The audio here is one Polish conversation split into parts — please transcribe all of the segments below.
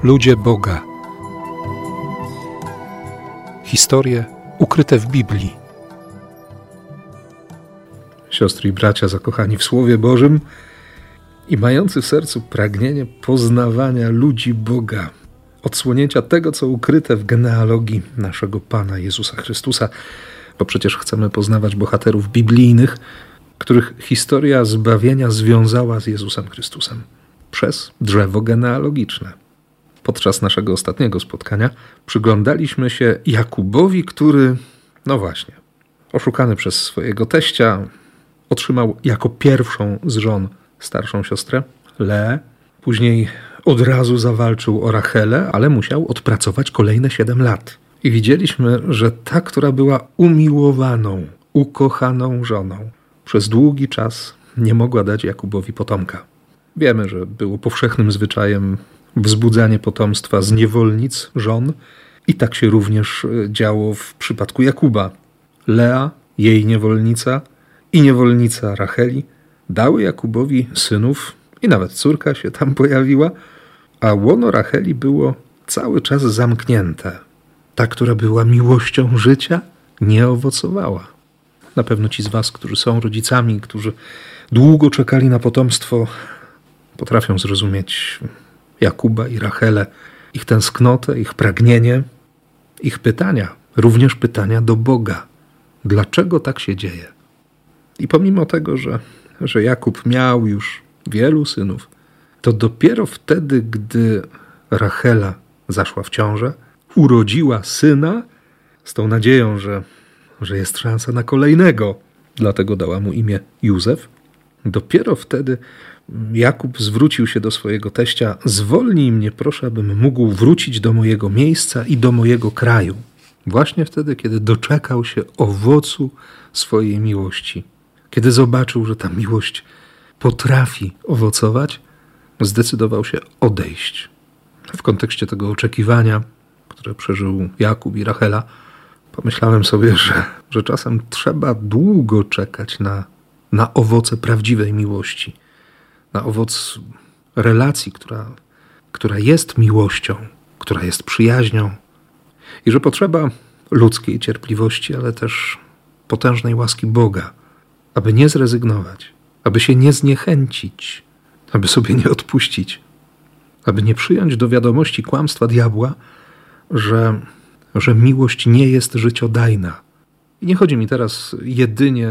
Ludzie Boga. Historie ukryte w Biblii. Siostry i bracia zakochani w Słowie Bożym i mający w sercu pragnienie poznawania ludzi Boga, odsłonięcia tego, co ukryte w genealogii naszego Pana Jezusa Chrystusa, bo przecież chcemy poznawać bohaterów biblijnych, których historia zbawienia związała z Jezusem Chrystusem przez drzewo genealogiczne. Podczas naszego ostatniego spotkania przyglądaliśmy się Jakubowi, który, oszukany przez swojego teścia, otrzymał jako pierwszą z żon starszą siostrę, Leę. Później od razu zawalczył o Rachelę, ale musiał odpracować kolejne 7 lat. I widzieliśmy, że ta, która była umiłowaną, ukochaną żoną, przez długi czas nie mogła dać Jakubowi potomka. Wiemy, że było powszechnym zwyczajem wzbudzanie potomstwa z niewolnic żon i tak się również działo w przypadku Jakuba. Lea, jej niewolnica i niewolnica Racheli dały Jakubowi synów i nawet córka się tam pojawiła, a łono Racheli było cały czas zamknięte. Ta, która była miłością życia, nie owocowała. Na pewno ci z was, którzy są rodzicami, którzy długo czekali na potomstwo, potrafią zrozumieć Jakuba i Rachelę, ich tęsknotę, ich pragnienie, ich pytania, również pytania do Boga. Dlaczego tak się dzieje? I pomimo tego, że Jakub miał już wielu synów, to dopiero wtedy, gdy Rachela zaszła w ciążę, urodziła syna z tą nadzieją, że jest szansa na kolejnego. Dlatego dała mu imię Józef. Dopiero wtedy Jakub zwrócił się do swojego teścia: zwolnij mnie proszę, abym mógł wrócić do mojego miejsca i do mojego kraju. Właśnie wtedy, kiedy doczekał się owocu swojej miłości. Kiedy zobaczył, że ta miłość potrafi owocować, zdecydował się odejść. W kontekście tego oczekiwania, które przeżył Jakub i Rachela, pomyślałem sobie, że czasem trzeba długo czekać na owoce prawdziwej miłości, na owoc relacji, która jest miłością, która jest przyjaźnią i że potrzeba ludzkiej cierpliwości, ale też potężnej łaski Boga, aby nie zrezygnować, aby się nie zniechęcić, aby sobie nie odpuścić, aby nie przyjąć do wiadomości kłamstwa diabła, że miłość nie jest życiodajna. I nie chodzi mi teraz jedynie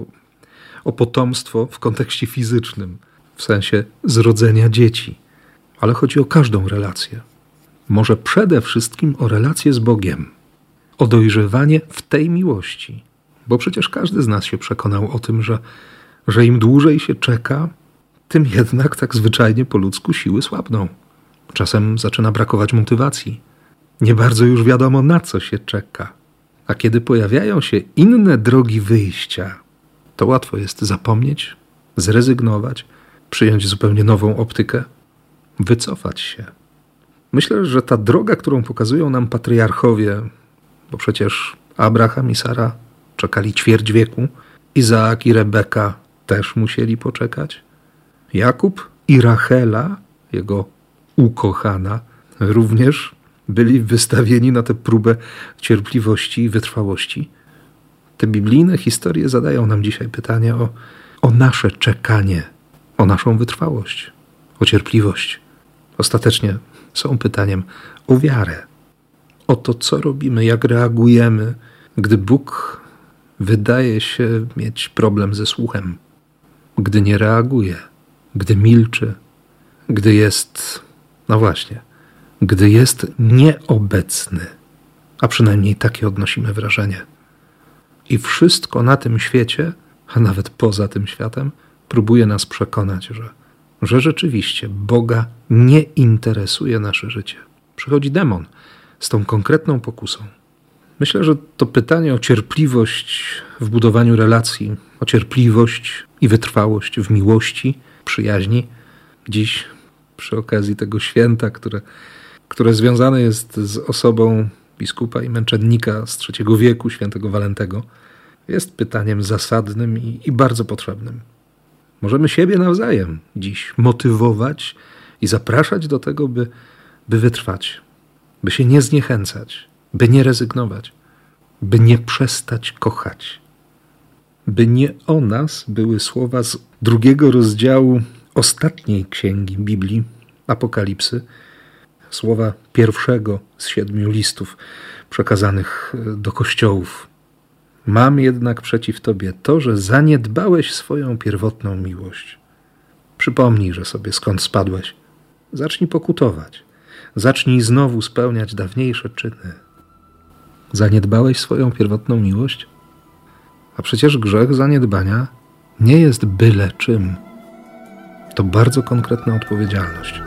o potomstwo w kontekście fizycznym, w sensie zrodzenia dzieci, ale chodzi o każdą relację. Może przede wszystkim o relację z Bogiem, o dojrzewanie w tej miłości, bo przecież każdy z nas się przekonał o tym, że im dłużej się czeka, tym jednak tak zwyczajnie po ludzku siły słabną. Czasem zaczyna brakować motywacji. Nie bardzo już wiadomo, na co się czeka. A kiedy pojawiają się inne drogi wyjścia, to łatwo jest zapomnieć, zrezygnować, przyjąć zupełnie nową optykę, wycofać się. Myślę, że ta droga, którą pokazują nam patriarchowie, bo przecież Abraham i Sara czekali ćwierć wieku, Izaak i Rebeka też musieli poczekać, Jakub i Rachela, jego ukochana, również byli wystawieni na tę próbę cierpliwości i wytrwałości. Te biblijne historie zadają nam dzisiaj pytanie o nasze czekanie, o naszą wytrwałość, o cierpliwość. Ostatecznie są pytaniem o wiarę, o to, co robimy, jak reagujemy, gdy Bóg wydaje się mieć problem ze słuchem, gdy nie reaguje, gdy milczy, gdy jest, gdy jest nieobecny, a przynajmniej takie odnosimy wrażenie. I wszystko na tym świecie, a nawet poza tym światem, próbuje nas przekonać, że rzeczywiście Boga nie interesuje nasze życie. Przychodzi demon z tą konkretną pokusą. Myślę, że to pytanie o cierpliwość w budowaniu relacji, o cierpliwość i wytrwałość w miłości, przyjaźni, dziś przy okazji tego święta, które związane jest z osobą biskupa i męczennika z III wieku, świętego Walentego, jest pytaniem zasadnym i bardzo potrzebnym. Możemy siebie nawzajem dziś motywować i zapraszać do tego, by wytrwać, by się nie zniechęcać, by nie rezygnować, by nie przestać kochać. By nie o nas były słowa z 2 rozdziału ostatniej księgi Biblii, Apokalipsy, słowa 1 z 7 listów przekazanych do kościołów. Mam jednak przeciw tobie to, że zaniedbałeś swoją pierwotną miłość. Przypomnijże sobie, skąd spadłeś. Zacznij pokutować. Zacznij znowu spełniać dawniejsze czyny. Zaniedbałeś swoją pierwotną miłość? A przecież grzech zaniedbania nie jest byle czym. To bardzo konkretna odpowiedzialność.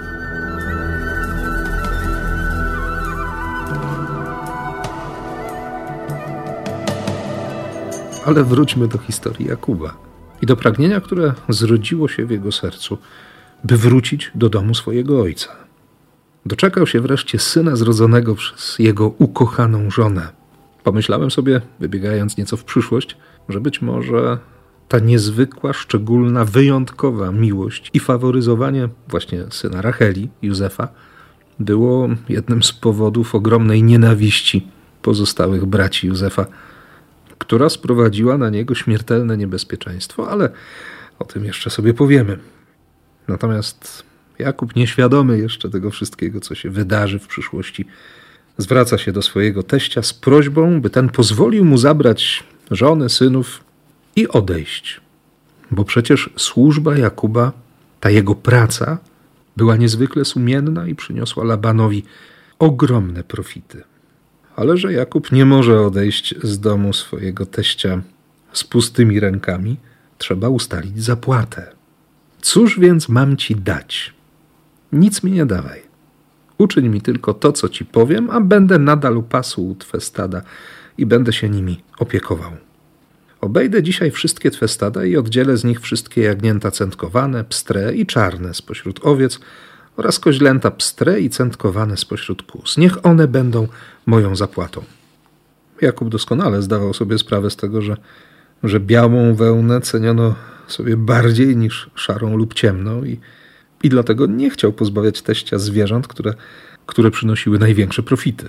Ale wróćmy do historii Jakuba i do pragnienia, które zrodziło się w jego sercu, by wrócić do domu swojego ojca. Doczekał się wreszcie syna zrodzonego przez jego ukochaną żonę. Pomyślałem sobie, wybiegając nieco w przyszłość, że być może ta niezwykła, szczególna, wyjątkowa miłość i faworyzowanie właśnie syna Racheli, Józefa, było jednym z powodów ogromnej nienawiści pozostałych braci Józefa, która sprowadziła na niego śmiertelne niebezpieczeństwo, ale o tym jeszcze sobie powiemy. Natomiast Jakub, nieświadomy jeszcze tego wszystkiego, co się wydarzy w przyszłości, zwraca się do swojego teścia z prośbą, by ten pozwolił mu zabrać żonę, synów i odejść. Bo przecież służba Jakuba, ta jego praca, była niezwykle sumienna i przyniosła Labanowi ogromne profity. Ale że Jakub nie może odejść z domu swojego teścia z pustymi rękami, trzeba ustalić zapłatę. Cóż więc mam ci dać? Nic mi nie dawaj. Uczyń mi tylko to, co ci powiem, a będę nadal pasł twe stada i będę się nimi opiekował. Obejdę dzisiaj wszystkie twe stada i oddzielę z nich wszystkie jagnięta cętkowane, pstre i czarne spośród owiec oraz koźlęta pstre i cętkowane spośród kóz. Niech one będą moją zapłatą. Jakub doskonale zdawał sobie sprawę z tego, że białą wełnę ceniono sobie bardziej niż szarą lub ciemną i dlatego nie chciał pozbawiać teścia zwierząt, które przynosiły największe profity.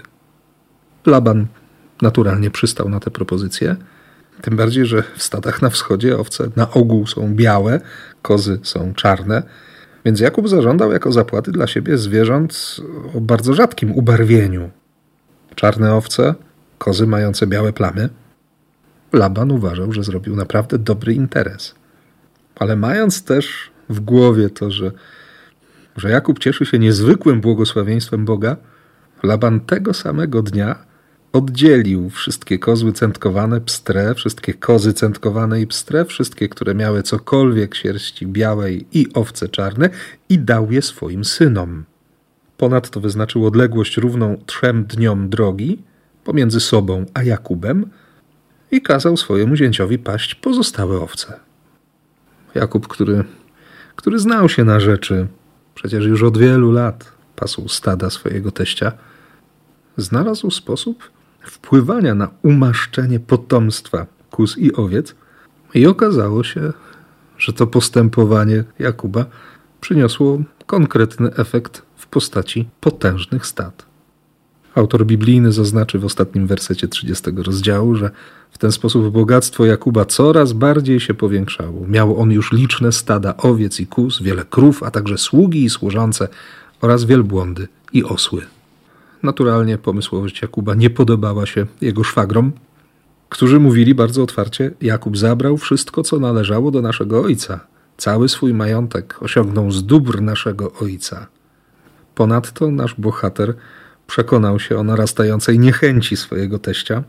Laban naturalnie przystał na tę propozycję, tym bardziej, że w stadach na wschodzie owce na ogół są białe, kozy są czarne, więc Jakub zażądał jako zapłaty dla siebie zwierząt o bardzo rzadkim ubarwieniu. Czarne owce, kozy mające białe plamy. Laban uważał, że zrobił naprawdę dobry interes. Ale mając też w głowie to, że Jakub cieszy się niezwykłym błogosławieństwem Boga, Laban tego samego dnia oddzielił wszystkie kozły cętkowane pstre, wszystkie kozy cętkowane i pstre, wszystkie, które miały cokolwiek sierści białej i owce czarne i dał je swoim synom. Ponadto wyznaczył odległość równą 3 dniom drogi pomiędzy sobą a Jakubem i kazał swojemu zięciowi paść pozostałe owce. Jakub, który znał się na rzeczy, przecież już od wielu lat pasł stada swojego teścia, znalazł sposób wpływania na umaszczenie potomstwa kóz i owiec i okazało się, że to postępowanie Jakuba przyniosło konkretny efekt w postaci potężnych stad. Autor biblijny zaznaczy w ostatnim wersecie 30 rozdziału, że w ten sposób bogactwo Jakuba coraz bardziej się powiększało. Miał on już liczne stada owiec i kóz, wiele krów, a także sługi i służące oraz wielbłądy i osły. Naturalnie pomysłowość Jakuba nie podobała się jego szwagrom, którzy mówili bardzo otwarcie: Jakub zabrał wszystko, co należało do naszego ojca. Cały swój majątek osiągnął z dóbr naszego ojca. Ponadto nasz bohater przekonał się o narastającej niechęci swojego teścia.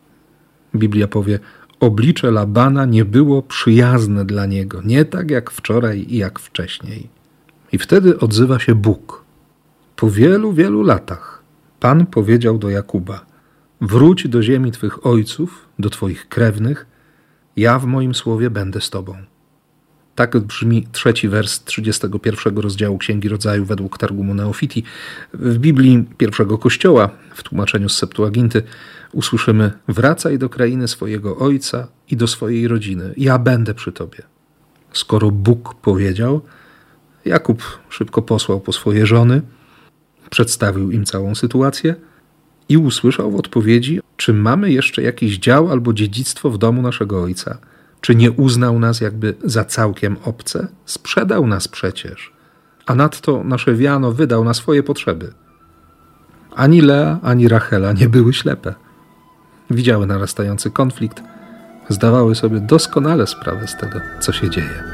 Biblia powie: oblicze Labana nie było przyjazne dla niego, nie tak jak wczoraj i jak wcześniej. I wtedy odzywa się Bóg. Po wielu, wielu latach Pan powiedział do Jakuba: wróć do ziemi twych ojców, do twoich krewnych, ja w moim słowie będę z tobą. Tak brzmi 3 wers 31 rozdziału Księgi Rodzaju według Targumu Neofiti. W Biblii pierwszego Kościoła, w tłumaczeniu z Septuaginty, usłyszymy: wracaj do krainy swojego ojca i do swojej rodziny, ja będę przy tobie. Skoro Bóg powiedział, Jakub szybko posłał po swoje żony, Przedstawił im całą sytuację i usłyszał w odpowiedzi, czy mamy jeszcze jakiś dział albo dziedzictwo w domu naszego ojca. Czy nie uznał nas jakby za całkiem obce? Sprzedał nas przecież, a nadto nasze wiano wydał na swoje potrzeby. Ani Lea, ani Rachela nie były ślepe. Widziały narastający konflikt, zdawały sobie doskonale sprawę z tego, co się dzieje.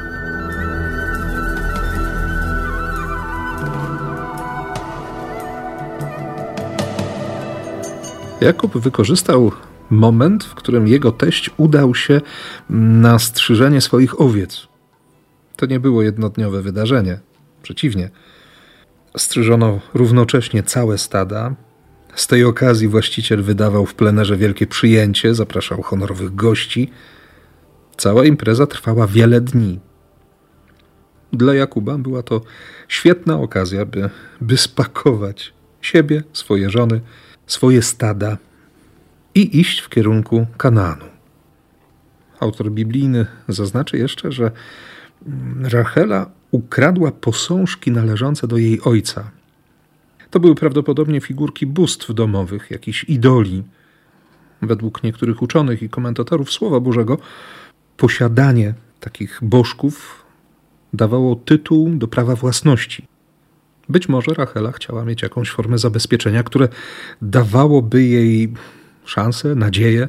Jakub wykorzystał moment, w którym jego teść udał się na strzyżenie swoich owiec. To nie było jednodniowe wydarzenie. Przeciwnie. Strzyżono równocześnie całe stada. Z tej okazji właściciel wydawał w plenerze wielkie przyjęcie, zapraszał honorowych gości. Cała impreza trwała wiele dni. Dla Jakuba była to świetna okazja, by spakować siebie, swoje żony, swoje stada i iść w kierunku Kanaanu. Autor biblijny zaznaczy jeszcze, że Rachela ukradła posążki należące do jej ojca. To były prawdopodobnie figurki bóstw domowych, jakichś idoli. Według niektórych uczonych i komentatorów Słowa Bożego posiadanie takich bożków dawało tytuł do prawa własności. Być może Rachela chciała mieć jakąś formę zabezpieczenia, które dawałoby jej szansę, nadzieję,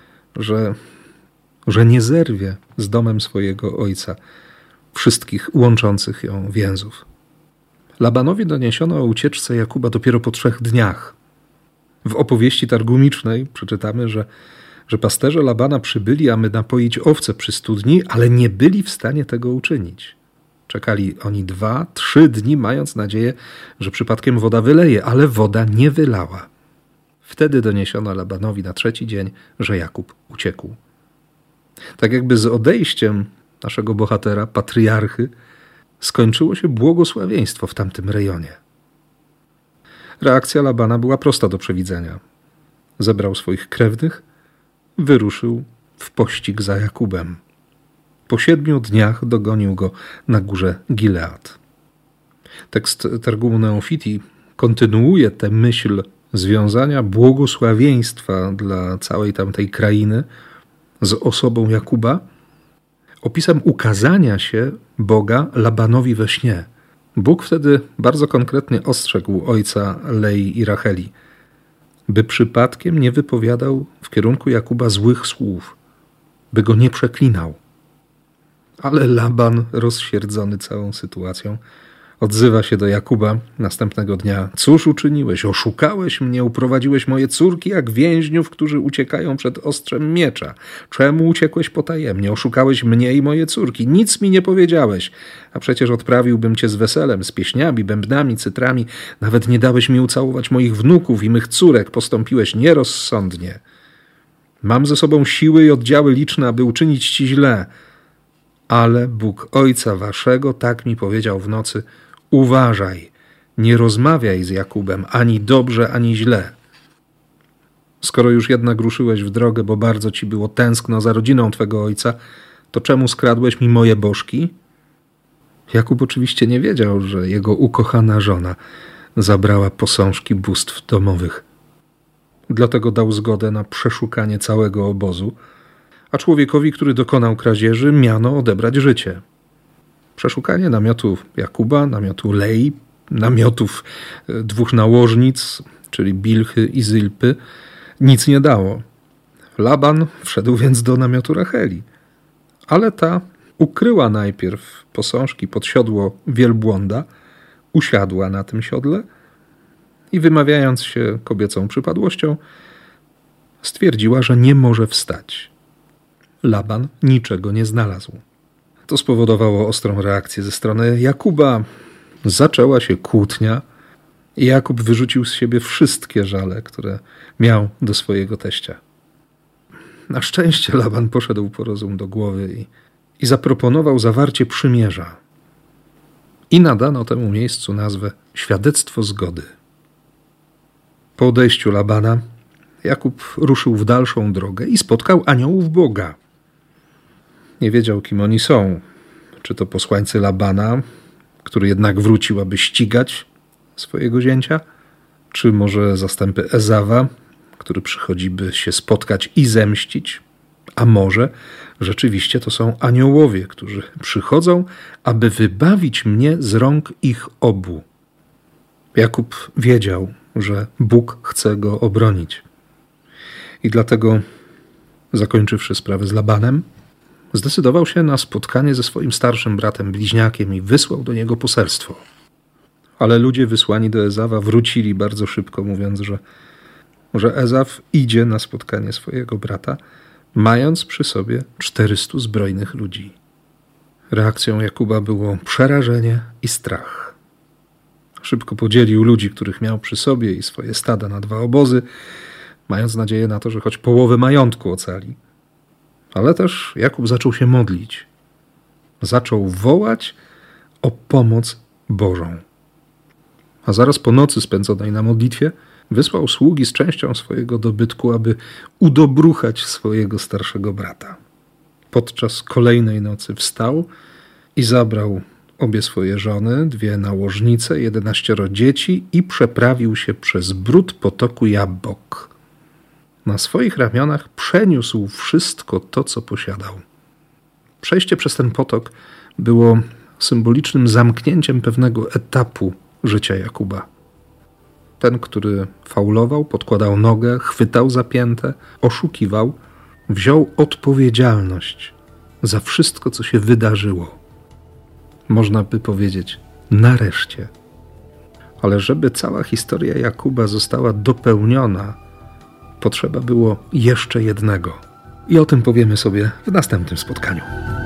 że nie zerwie z domem swojego ojca wszystkich łączących ją więzów. Labanowi doniesiono o ucieczce Jakuba dopiero po 3 dniach. W opowieści targumicznej przeczytamy, że pasterze Labana przybyli, aby napoić owce przy studni, ale nie byli w stanie tego uczynić. Czekali oni 2-3 dni, mając nadzieję, że przypadkiem woda wyleje, ale woda nie wylała. Wtedy doniesiono Labanowi na 3 dzień, że Jakub uciekł. Tak jakby z odejściem naszego bohatera, patriarchy, skończyło się błogosławieństwo w tamtym rejonie. Reakcja Labana była prosta do przewidzenia. Zebrał swoich krewnych, wyruszył w pościg za Jakubem. Po 7 dniach dogonił go na górze Gilead. Tekst Targumu Neofiti kontynuuje tę myśl związania błogosławieństwa dla całej tamtej krainy z osobą Jakuba, opisem ukazania się Boga Labanowi we śnie. Bóg wtedy bardzo konkretnie ostrzegł ojca Lei i Racheli, by przypadkiem nie wypowiadał w kierunku Jakuba złych słów, by go nie przeklinał. Ale Laban, rozsierdzony całą sytuacją, odzywa się do Jakuba następnego dnia. Cóż uczyniłeś? Oszukałeś mnie, uprowadziłeś moje córki jak więźniów, którzy uciekają przed ostrzem miecza. Czemu uciekłeś potajemnie? Oszukałeś mnie i moje córki. Nic mi nie powiedziałeś. A przecież odprawiłbym cię z weselem, z pieśniami, bębnami, cytrami. Nawet nie dałeś mi ucałować moich wnuków i mych córek. Postąpiłeś nierozsądnie. Mam ze sobą siły i oddziały liczne, aby uczynić ci źle. Ale Bóg ojca waszego tak mi powiedział w nocy: uważaj, nie rozmawiaj z Jakubem ani dobrze, ani źle. Skoro już jednak ruszyłeś w drogę, bo bardzo ci było tęskno za rodziną twego ojca, to czemu skradłeś mi moje bożki? Jakub oczywiście nie wiedział, że jego ukochana żona zabrała posążki bóstw domowych. Dlatego dał zgodę na przeszukanie całego obozu, a człowiekowi, który dokonał kradzieży, miano odebrać życie. Przeszukanie namiotu Jakuba, namiotu Lei, namiotów 2 nałożnic, czyli Bilchy i Zylpy, nic nie dało. Laban wszedł więc do namiotu Racheli, ale ta ukryła najpierw posążki pod siodło wielbłąda, usiadła na tym siodle i wymawiając się kobiecą przypadłością, stwierdziła, że nie może wstać. Laban niczego nie znalazł. To spowodowało ostrą reakcję ze strony Jakuba. Zaczęła się kłótnia i Jakub wyrzucił z siebie wszystkie żale, które miał do swojego teścia. Na szczęście Laban poszedł po rozum do głowy i zaproponował zawarcie przymierza. I nadano temu miejscu nazwę Świadectwo Zgody. Po odejściu Labana Jakub ruszył w dalszą drogę i spotkał aniołów Boga. Nie wiedział, kim oni są. Czy to posłańcy Labana, który jednak wrócił, aby ścigać swojego zięcia? Czy może zastępy Ezawa, który przychodzi, by się spotkać i zemścić? A może rzeczywiście to są aniołowie, którzy przychodzą, aby wybawić mnie z rąk ich obu. Jakub wiedział, że Bóg chce go obronić. I dlatego, zakończywszy sprawę z Labanem, zdecydował się na spotkanie ze swoim starszym bratem bliźniakiem i wysłał do niego poselstwo. Ale ludzie wysłani do Ezawa wrócili bardzo szybko, mówiąc, że Ezaw idzie na spotkanie swojego brata, mając przy sobie 400 zbrojnych ludzi. Reakcją Jakuba było przerażenie i strach. Szybko podzielił ludzi, których miał przy sobie, i swoje stada na 2 obozy, mając nadzieję na to, że choć połowę majątku ocali. Ale też Jakub zaczął się modlić. Zaczął wołać o pomoc Bożą. A zaraz po nocy spędzonej na modlitwie wysłał sługi z częścią swojego dobytku, aby udobruchać swojego starszego brata. Podczas kolejnej nocy wstał i zabrał obie swoje żony, 2 nałożnice, 11 dzieci i przeprawił się przez bród potoku Jabbok. Na swoich ramionach przeniósł wszystko to, co posiadał. Przejście przez ten potok było symbolicznym zamknięciem pewnego etapu życia Jakuba. Ten, który faulował, podkładał nogę, chwytał za piętę, oszukiwał, wziął odpowiedzialność za wszystko, co się wydarzyło. Można by powiedzieć, nareszcie. Ale żeby cała historia Jakuba została dopełniona, potrzeba było jeszcze jednego. I o tym powiemy sobie w następnym spotkaniu.